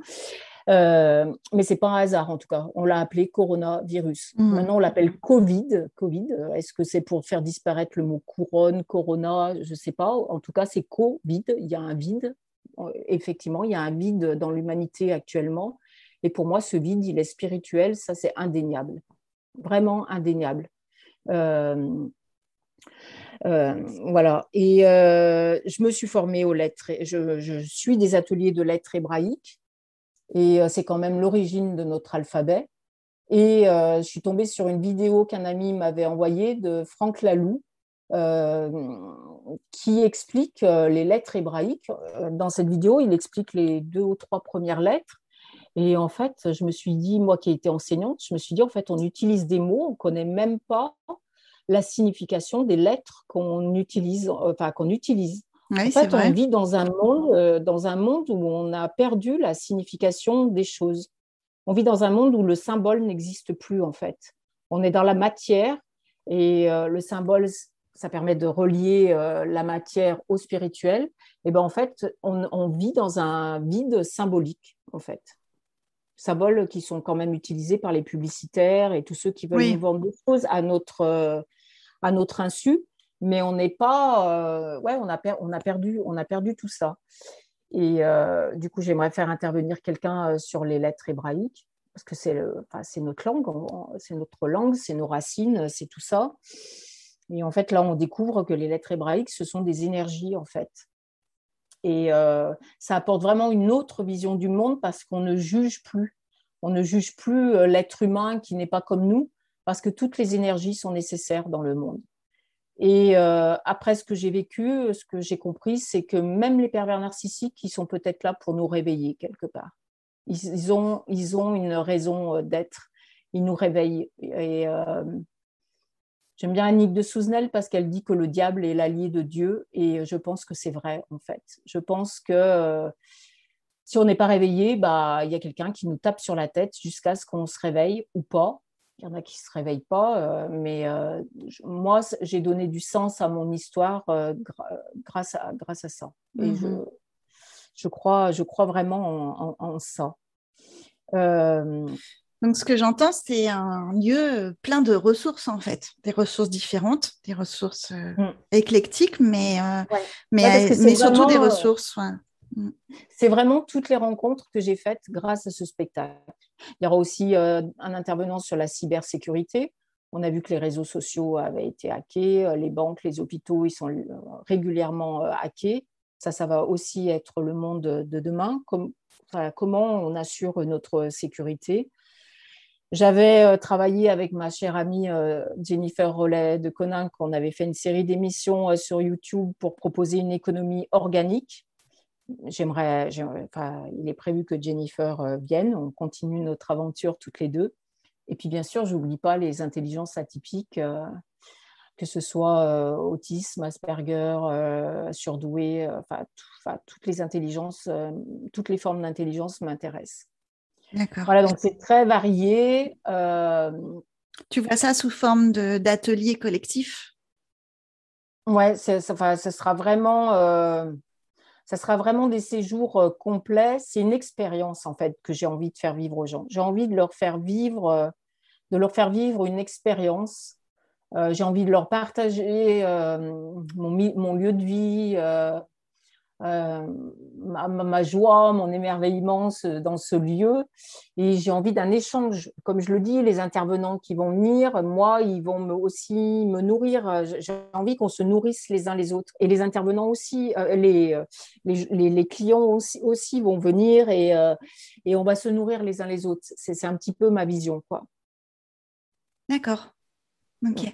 Euh, mais ce n'est pas un hasard en tout cas. On l'a appelé coronavirus. Mmh. Maintenant, on l'appelle Covid. Covid. Est-ce que c'est pour faire disparaître le mot couronne, corona? Je ne sais pas. En tout cas, c'est Covid. Il y a un vide. Effectivement, il y a un vide dans l'humanité actuellement. Et pour moi, ce vide, il est spirituel. Ça, c'est indéniable. Vraiment indéniable. Euh, Euh, voilà. Et euh, je me suis formée aux lettres. Je, je suis des ateliers de lettres hébraïques. Et euh, c'est quand même l'origine de notre alphabet. Et euh, je suis tombée sur une vidéo qu'un ami m'avait envoyée de Franck Laloux euh, qui explique euh, les lettres hébraïques. Dans cette vidéo, il explique les deux ou trois premières lettres. Et en fait, je me suis dit, moi qui ai été enseignante, je me suis dit, en fait, on utilise des mots, on ne connaît même pas la signification des lettres qu'on utilise, enfin, qu'on utilise. Oui, en fait, on vit dans un monde, euh, dans un monde où on a perdu la signification des choses. On vit dans un monde où le symbole n'existe plus, en fait. On est dans la matière et euh, le symbole, ça permet de relier euh, la matière au spirituel. Et ben en fait, on, on vit dans un vide symbolique, en fait. Symboles qui sont quand même utilisés par les publicitaires et tous ceux qui veulent oui. nous vendre des choses à notre, euh, à notre insu. Mais on n'est pas, euh, ouais, on a, per- on a perdu, on a perdu tout ça. Et euh, du coup, j'aimerais faire intervenir quelqu'un sur les lettres hébraïques parce que c'est, le, enfin, c'est notre langue, c'est notre langue, c'est nos racines, c'est tout ça. Et en fait, là, on découvre que les lettres hébraïques, ce sont des énergies, en fait. Et euh, ça apporte vraiment une autre vision du monde parce qu'on ne juge plus. On ne juge plus l'être humain qui n'est pas comme nous parce que toutes les énergies sont nécessaires dans le monde. Et euh, après ce que j'ai vécu, ce que j'ai compris, c'est que même les pervers narcissiques, ils sont peut-être là pour nous réveiller quelque part. Ils, ils, ont, ils ont une raison d'être. Ils nous réveillent. Et, euh, J'aime bien Annick de Souzenel parce qu'elle dit que le diable est l'allié de Dieu et je pense que c'est vrai en fait. Je pense que euh, si on n'est pas réveillé, bah, il y a quelqu'un qui nous tape sur la tête jusqu'à ce qu'on se réveille ou pas. Il y en a qui ne se réveillent pas, euh, mais euh, je, moi, j'ai donné du sens à mon histoire euh, gra- grâce, à, grâce à ça. Et je, Mhm. je, crois, je crois vraiment en, en, en ça. Euh, Donc, ce que j'entends, c'est un lieu plein de ressources, en fait, des ressources différentes, des ressources euh, mm, éclectiques, mais, euh, ouais. Ouais, parce mais, que c'est mais surtout des vraiment, euh, ressources. Ouais. Mm. c'est vraiment toutes les rencontres que j'ai faites grâce à ce spectacle. Il y aura aussi euh, un intervenant sur la cybersécurité. On a vu que les réseaux sociaux avaient été hackés, euh, les banques, les hôpitaux, ils sont euh, régulièrement euh, hackés. Ça, ça va aussi être le monde de demain. Comme, enfin, comment on assure notre sécurité. J'avais euh, travaillé avec ma chère amie euh, Jennifer Rollet de Coninck. On avait fait une série d'émissions euh, sur YouTube pour proposer une économie organique. J'aimerais, j'aimerais enfin, il est prévu que Jennifer euh, vienne. On continue notre aventure toutes les deux. Et puis, bien sûr, je n'oublie pas les intelligences atypiques, euh, que ce soit euh, autisme, Asperger, euh, surdoué, euh, enfin, tout, enfin, toutes les intelligences, euh, toutes les formes d'intelligence m'intéressent. D'accord. Voilà, donc c'est très varié. Euh, Tu vois ça sous forme de, d'ateliers collectifs? ouais, c'est, c'est, enfin, ce sera vraiment, euh, ça sera vraiment des séjours euh, complets. C'est une expérience en fait que j'ai envie de faire vivre aux gens. J'ai envie de leur faire vivre, euh, de leur faire vivre une expérience. Euh, j'ai envie de leur partager euh, mon, mon, lieu de vie, euh, euh, ma, ma, joie, mon émerveillement dans ce lieu. Et j'ai envie d'un échange. Comme je le dis, les intervenants qui vont venir, moi, ils vont me, aussi me nourrir. J'ai envie qu'on se nourrisse les uns les autres. Et les intervenants aussi, euh, les, les, les, les, clients aussi, aussi vont venir et, euh, et on va se nourrir les uns les autres. C'est, c'est un petit peu ma vision, quoi. D'accord. Ok.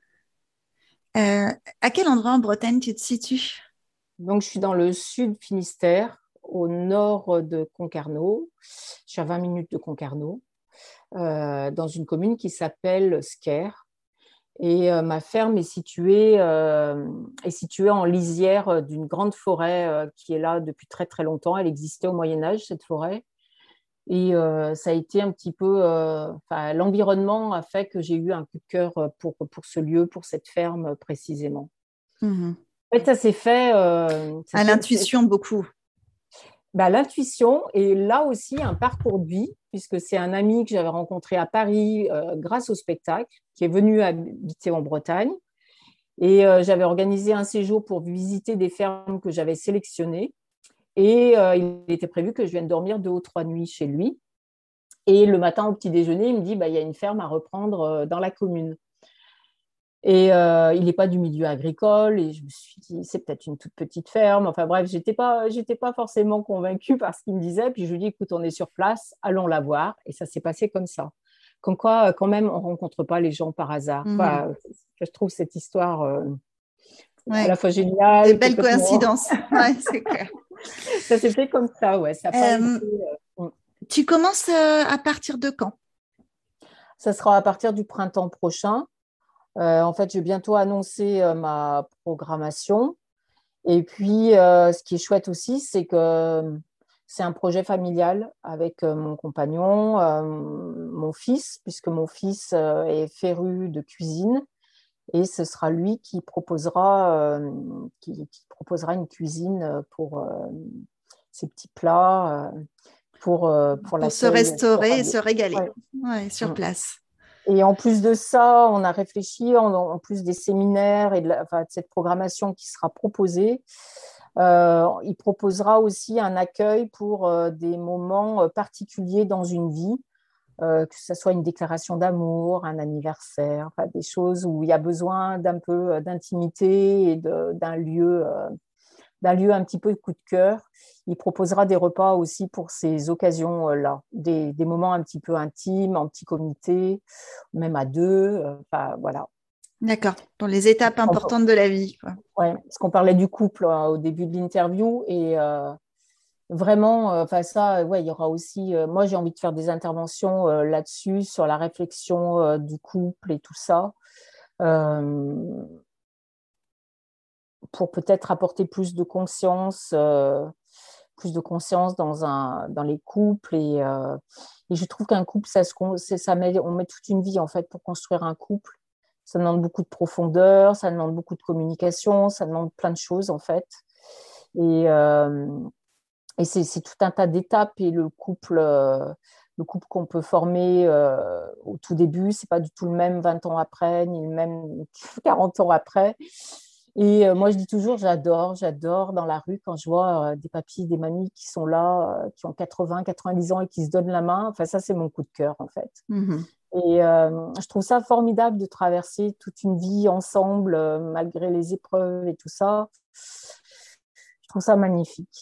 Euh, à quel endroit en Bretagne tu te situes? Donc, je suis dans le sud Finistère, au nord de Concarneau. Je suis à vingt minutes de Concarneau, euh, dans une commune qui s'appelle Sker. Et euh, ma ferme est située, euh, est située en lisière d'une grande forêt euh, qui est là depuis très très longtemps. Elle existait au Moyen-Âge, cette forêt. Et euh, ça a été un petit peu... Euh, l'environnement a fait que j'ai eu un coup de cœur pour, pour ce lieu, pour cette ferme précisément. Mmh. En fait, ça s'est fait... Euh, ça à s'est, l'intuition, beaucoup. Bah, l'intuition et là aussi un parcours de vie, puisque c'est un ami que j'avais rencontré à Paris euh, grâce au spectacle, qui est venu habiter en Bretagne. Et euh, j'avais organisé un séjour pour visiter des fermes que j'avais sélectionnées. Et euh, il était prévu que je vienne dormir deux ou trois nuits chez lui. Et le matin au petit déjeuner, il me dit bah, il y a une ferme à reprendre euh, dans la commune. Et euh, il n'est pas du milieu agricole. Et je me suis dit, c'est peut-être une toute petite ferme. Enfin bref, je n'étais pas, j'étais pas forcément convaincue par ce qu'il me disait. Puis je lui ai dit, écoute, on est sur place, allons la voir. Et ça s'est passé comme ça. Comme quoi, quand même, on ne rencontre pas les gens par hasard. Mmh. Enfin, je trouve cette histoire euh, ouais. à la fois géniale. Des belles coïncidences. Ouais, c'est clair. Ça s'est fait comme ça, ouais. Ça a pas euh, été, euh... Tu commences euh, à partir de quand? Ça sera à partir du printemps prochain. Euh, en fait, je vais bientôt annoncer euh, ma programmation. Et puis, euh, ce qui est chouette aussi, c'est que c'est un projet familial avec euh, mon compagnon, euh, mon fils, puisque mon fils euh, est féru de cuisine. Et ce sera lui qui proposera, euh, qui, qui proposera une cuisine pour euh, ces petits plats, euh, pour, euh, pour, pour l'accueil. se restaurer et se régaler. Ouais. Ouais, sur place. Et en plus de ça, on a réfléchi, en, en plus des séminaires et de, la, enfin, de cette programmation qui sera proposée, euh, il proposera aussi un accueil pour euh, des moments particuliers dans une vie, euh, que ce soit une déclaration d'amour, un anniversaire, enfin, des choses où il y a besoin d'un peu d'intimité et de, d'un lieu, euh, d'un lieu un petit peu de coup de cœur. Il proposera des repas aussi pour ces occasions-là, des, des moments un petit peu intimes, en petit comité, même à deux. Enfin, voilà. D'accord, pour les étapes importantes de la vie. Quoi. Ouais, parce qu'on parlait du couple hein, au début de l'interview et euh, vraiment, enfin euh, ça, ouais, il y aura aussi. Euh, moi, j'ai envie de faire des interventions euh, là-dessus sur la réflexion euh, du couple et tout ça. euh, pour peut-être apporter plus de conscience, euh, plus de conscience dans, un, dans les couples. Et, euh, et je trouve qu'un couple, ça, se, ça met, on met toute une vie en fait pour construire un couple. Ça demande beaucoup de profondeur, ça demande beaucoup de communication, ça demande plein de choses en fait. Et, euh, et c'est, c'est tout un tas d'étapes. Et le couple, euh, le couple qu'on peut former euh, au tout début, c'est pas du tout le même vingt ans après, ni le même quarante ans après. Et euh, moi, je dis toujours, j'adore, j'adore dans la rue quand je vois euh, des papis, des mamies qui sont là, euh, qui ont quatre-vingts, quatre-vingt-dix ans et qui se donnent la main. Enfin, ça, c'est mon coup de cœur en fait. Mhm. Et euh, je trouve ça formidable de traverser toute une vie ensemble, euh, malgré les épreuves et tout ça. Je trouve ça magnifique.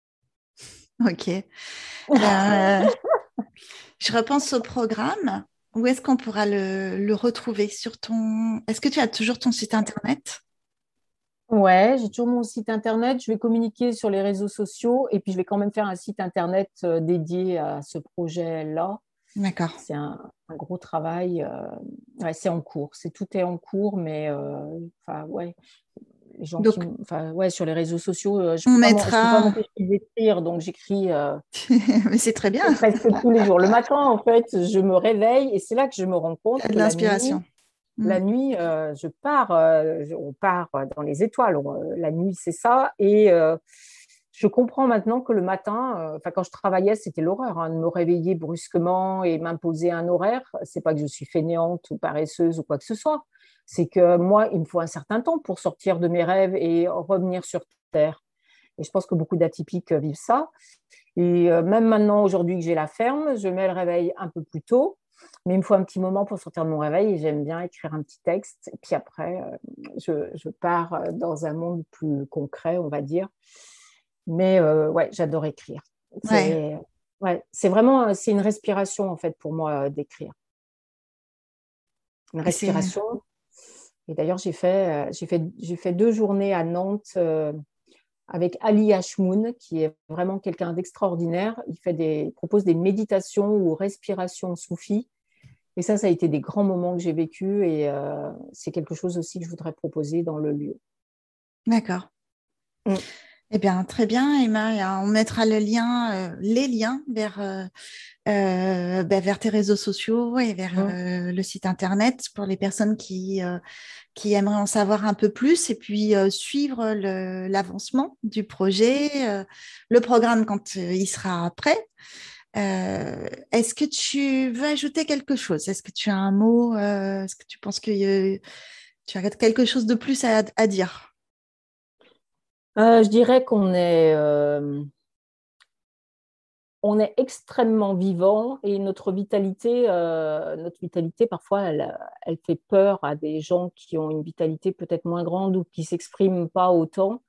Ok. Ben, euh, je repense au programme. Où est-ce qu'on pourra le, le retrouver sur ton... Est-ce que tu as toujours ton site internet? Ouais, j'ai toujours mon site internet. Je vais communiquer sur les réseaux sociaux et puis je vais quand même faire un site internet euh, dédié à ce projet-là. D'accord. C'est un, un gros travail. Euh, ouais, c'est en cours. C'est, tout est en cours, mais euh, enfin, ouais. Les gens Donc, qui, enfin, ouais, sur les réseaux sociaux, euh, je on ne peux, pas m'en- je peux pas mettra... m'empêcher d'écrire, donc j'écris euh, Mais c'est très bien. presque tous les jours. Le matin, en fait, je me réveille et c'est là que je me rends compte Tu as de que la nuit, l'inspiration. la Mm. nuit, euh, je pars, euh, je- on part dans les étoiles. On- euh, la nuit, c'est ça. Et euh, je comprends maintenant que le matin, euh, enfin, quand je travaillais, c'était l'horreur, hein, de me réveiller brusquement et m'imposer un horaire. C'est pas que je suis fainéante ou paresseuse ou quoi que ce soit. C'est que moi, il me faut un certain temps pour sortir de mes rêves et revenir sur Terre. Et je pense que beaucoup d'atypiques vivent ça. Et euh, même maintenant, aujourd'hui que j'ai la ferme, je mets le réveil un peu plus tôt. Mais il me faut un petit moment pour sortir de mon réveil et j'aime bien écrire un petit texte. Et puis après, euh, je, je pars dans un monde plus concret, on va dire. Mais euh, ouais, j'adore écrire. Ouais. C'est, ouais, c'est vraiment c'est une respiration en fait pour moi euh, d'écrire. Une Et c'est... respiration. Et d'ailleurs, j'ai fait, euh, j'ai fait, j'ai fait deux journées à Nantes euh, avec Ali Hashmoun, qui est vraiment quelqu'un d'extraordinaire. Il fait des, il propose des méditations ou respirations soufis. Et ça, ça a été des grands moments que j'ai vécus et euh, c'est quelque chose aussi que je voudrais proposer dans le lieu. D'accord. Mm. Eh bien, très bien, Emma. On mettra le lien, euh, les liens vers, euh, euh, ben, vers tes réseaux sociaux et vers Mm. euh, le site internet pour les personnes qui, euh, qui aimeraient en savoir un peu plus et puis euh, suivre le, l'avancement du projet, euh, le programme quand euh, il sera prêt. Euh, est-ce que tu veux ajouter quelque chose? Est-ce que tu as un mot? Euh, est-ce que tu penses que euh, tu as quelque chose de plus à, à dire? Euh, je dirais qu'on est, euh, on est extrêmement vivant et notre vitalité, euh, notre vitalité parfois, elle, elle fait peur à des gens qui ont une vitalité peut-être moins grande ou qui s'expriment pas autant.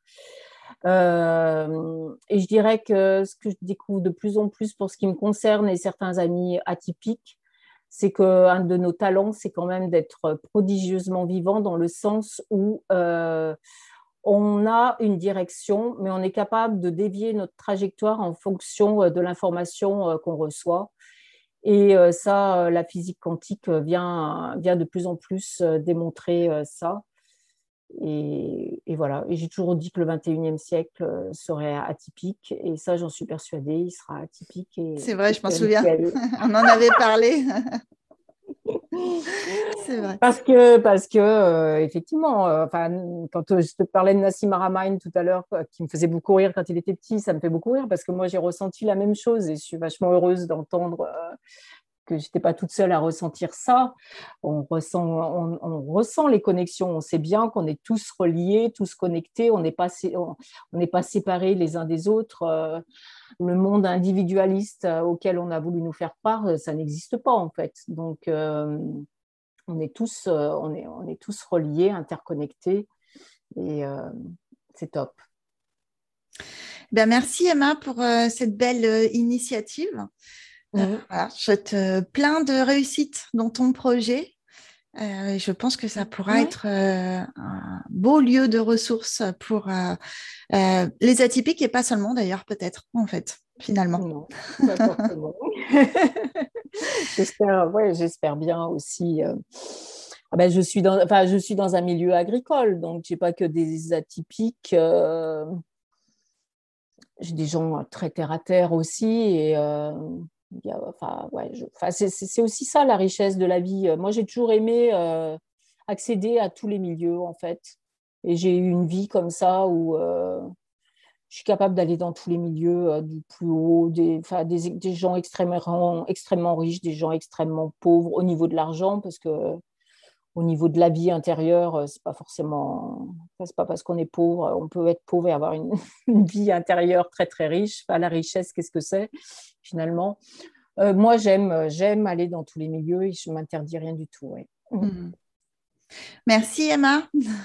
Euh, et je dirais que ce que je découvre de plus en plus pour ce qui me concerne et certains amis atypiques, c'est qu'un de nos talents, c'est quand même d'être prodigieusement vivant dans le sens où euh, on a une direction, mais on est capable de dévier notre trajectoire en fonction de l'information qu'on reçoit. Et ça, la physique quantique vient, vient de plus en plus démontrer ça. Et, et voilà. Et j'ai toujours dit que le vingt et unième siècle serait atypique. Et ça, j'en suis persuadée, il sera atypique et, C'est vrai, et je m'en souviens. spirituel. On en avait parlé. C'est vrai. Parce que, parce que euh, effectivement, euh, enfin, quand euh, je te parlais de Nassim Haramein tout à l'heure, euh, qui me faisait beaucoup rire quand il était petit, ça me fait beaucoup rire parce que moi, j'ai ressenti la même chose et je suis vachement heureuse d'entendre euh, que je n'étais pas toute seule à ressentir ça. On ressent, on, on ressent les connexions. On sait bien qu'on est tous reliés, tous connectés. On n'est pas, on, on n'est pas séparés les uns des autres. Euh, le monde individualiste auquel on a voulu nous faire part, ça n'existe pas en fait. Donc, euh, on est tous, euh, on est, on est tous reliés, interconnectés, et euh, c'est top. Ben, merci Emma pour euh, cette belle euh, initiative. Mmh. Euh, voilà, je souhaite euh, plein de réussite dans ton projet. Euh, je pense que ça pourra Ouais. être euh, un beau lieu de ressources pour euh, euh, les atypiques et pas seulement d'ailleurs peut-être en fait finalement. Non, pas forcément. j'espère, ouais, j'espère bien aussi. Euh, Ah ben, je suis dans, enfin, je suis dans un milieu agricole, donc j'ai pas que des atypiques. Euh, j'ai des gens très terre à terre aussi, et euh, y a, enfin, ouais, je, enfin, c'est, c'est aussi ça la richesse de la vie. Moi, j'ai toujours aimé euh, accéder à tous les milieux en fait, et j'ai eu une vie comme ça où euh, je suis capable d'aller dans tous les milieux, euh, du plus haut, des, enfin, des, des gens extrêmement, extrêmement riches, des gens extrêmement pauvres au niveau de l'argent, parce que au niveau de la vie intérieure, c'est pas forcément, c'est pas parce qu'on est pauvre, on peut être pauvre et avoir une, une vie intérieure très très riche. Enfin, la richesse, qu'est-ce que c'est finalement? euh, Moi, j'aime, j'aime aller dans tous les milieux et je m'interdis rien du tout. Ouais. Mmh. Merci Emma.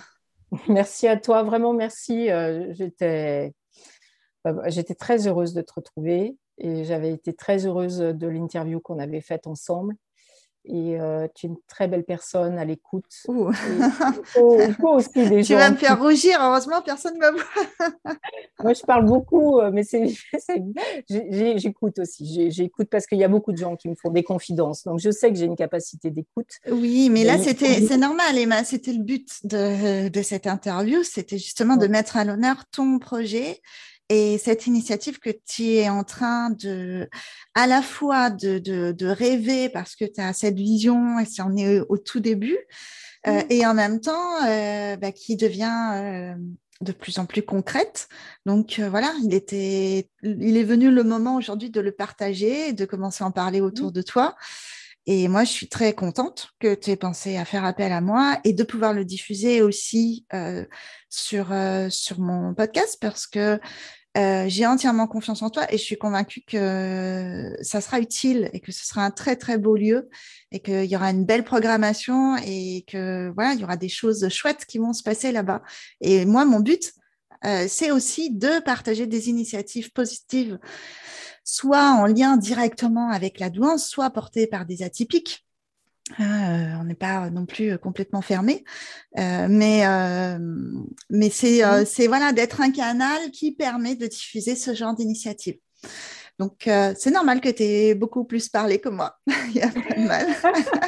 Merci à toi, vraiment merci. Euh, j'étais, euh, j'étais très heureuse de te retrouver et j'avais été très heureuse de l'interview qu'on avait faite ensemble. Et euh, tu es une très belle personne à l'écoute. Ouh. Il faut, il faut aussi des tu gens. Tu vas me faire rougir, heureusement, personne ne me voit. Moi, je parle beaucoup, mais c'est, c'est, j'écoute aussi. J'écoute parce qu'il y a beaucoup de gens qui me font des confidences. Donc, je sais que j'ai une capacité d'écoute. Oui, mais là, c'était, c'est normal, Emma. C'était le but de, de cette interview. C'était justement de mettre à l'honneur ton projet et cette initiative que tu es en train de, à la fois de, de, de rêver parce que tu as cette vision et on est au, au tout début, euh, et en même temps, euh, bah, qui devient euh, de plus en plus concrète. Donc euh, voilà, il était, il est venu le moment aujourd'hui de le partager et de commencer à en parler autour de toi. Et moi, je suis très contente que tu aies pensé à faire appel à moi et de pouvoir le diffuser aussi euh, sur, euh, sur mon podcast parce que euh, j'ai entièrement confiance en toi et je suis convaincue que ça sera utile et que ce sera un très, très beau lieu et qu'il y aura une belle programmation et que voilà, il y aura des choses chouettes qui vont se passer là-bas. Et moi, mon but, euh, c'est aussi de partager des initiatives positives soit en lien directement avec la douance, soit portée par des atypiques. Euh, on n'est pas non plus complètement fermé, euh, mais euh, mais c'est euh, c'est voilà d'être un canal qui permet de diffuser ce genre d'initiative. Donc euh, c'est normal que tu aies beaucoup plus parlé que moi. Il y a pas de mal.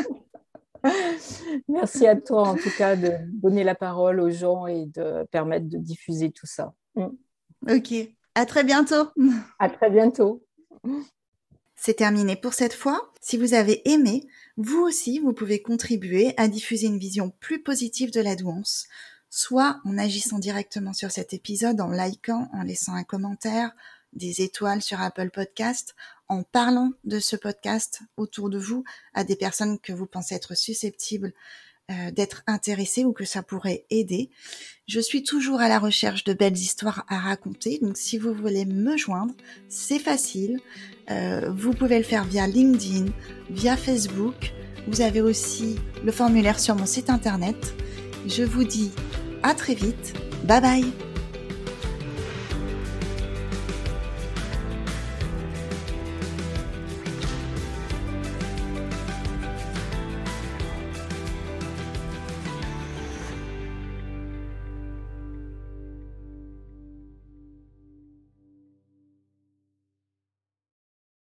Merci à toi en tout cas de donner la parole aux gens et de permettre de diffuser tout ça. Ok, à très bientôt. À très bientôt. C'est terminé pour cette fois. Si vous avez aimé, vous aussi, vous pouvez contribuer à diffuser une vision plus positive de la douance, soit en agissant directement sur cet épisode, en likant, en laissant un commentaire, des étoiles sur Apple Podcast, en parlant de ce podcast autour de vous à des personnes que vous pensez être susceptibles euh, d'être intéressées ou que ça pourrait aider. Je suis toujours à la recherche de belles histoires à raconter, donc si vous voulez me joindre, c'est facile. Euh, vous pouvez le faire via LinkedIn, via Facebook. Vous avez aussi le formulaire sur mon site internet. Je vous dis à très vite. Bye bye.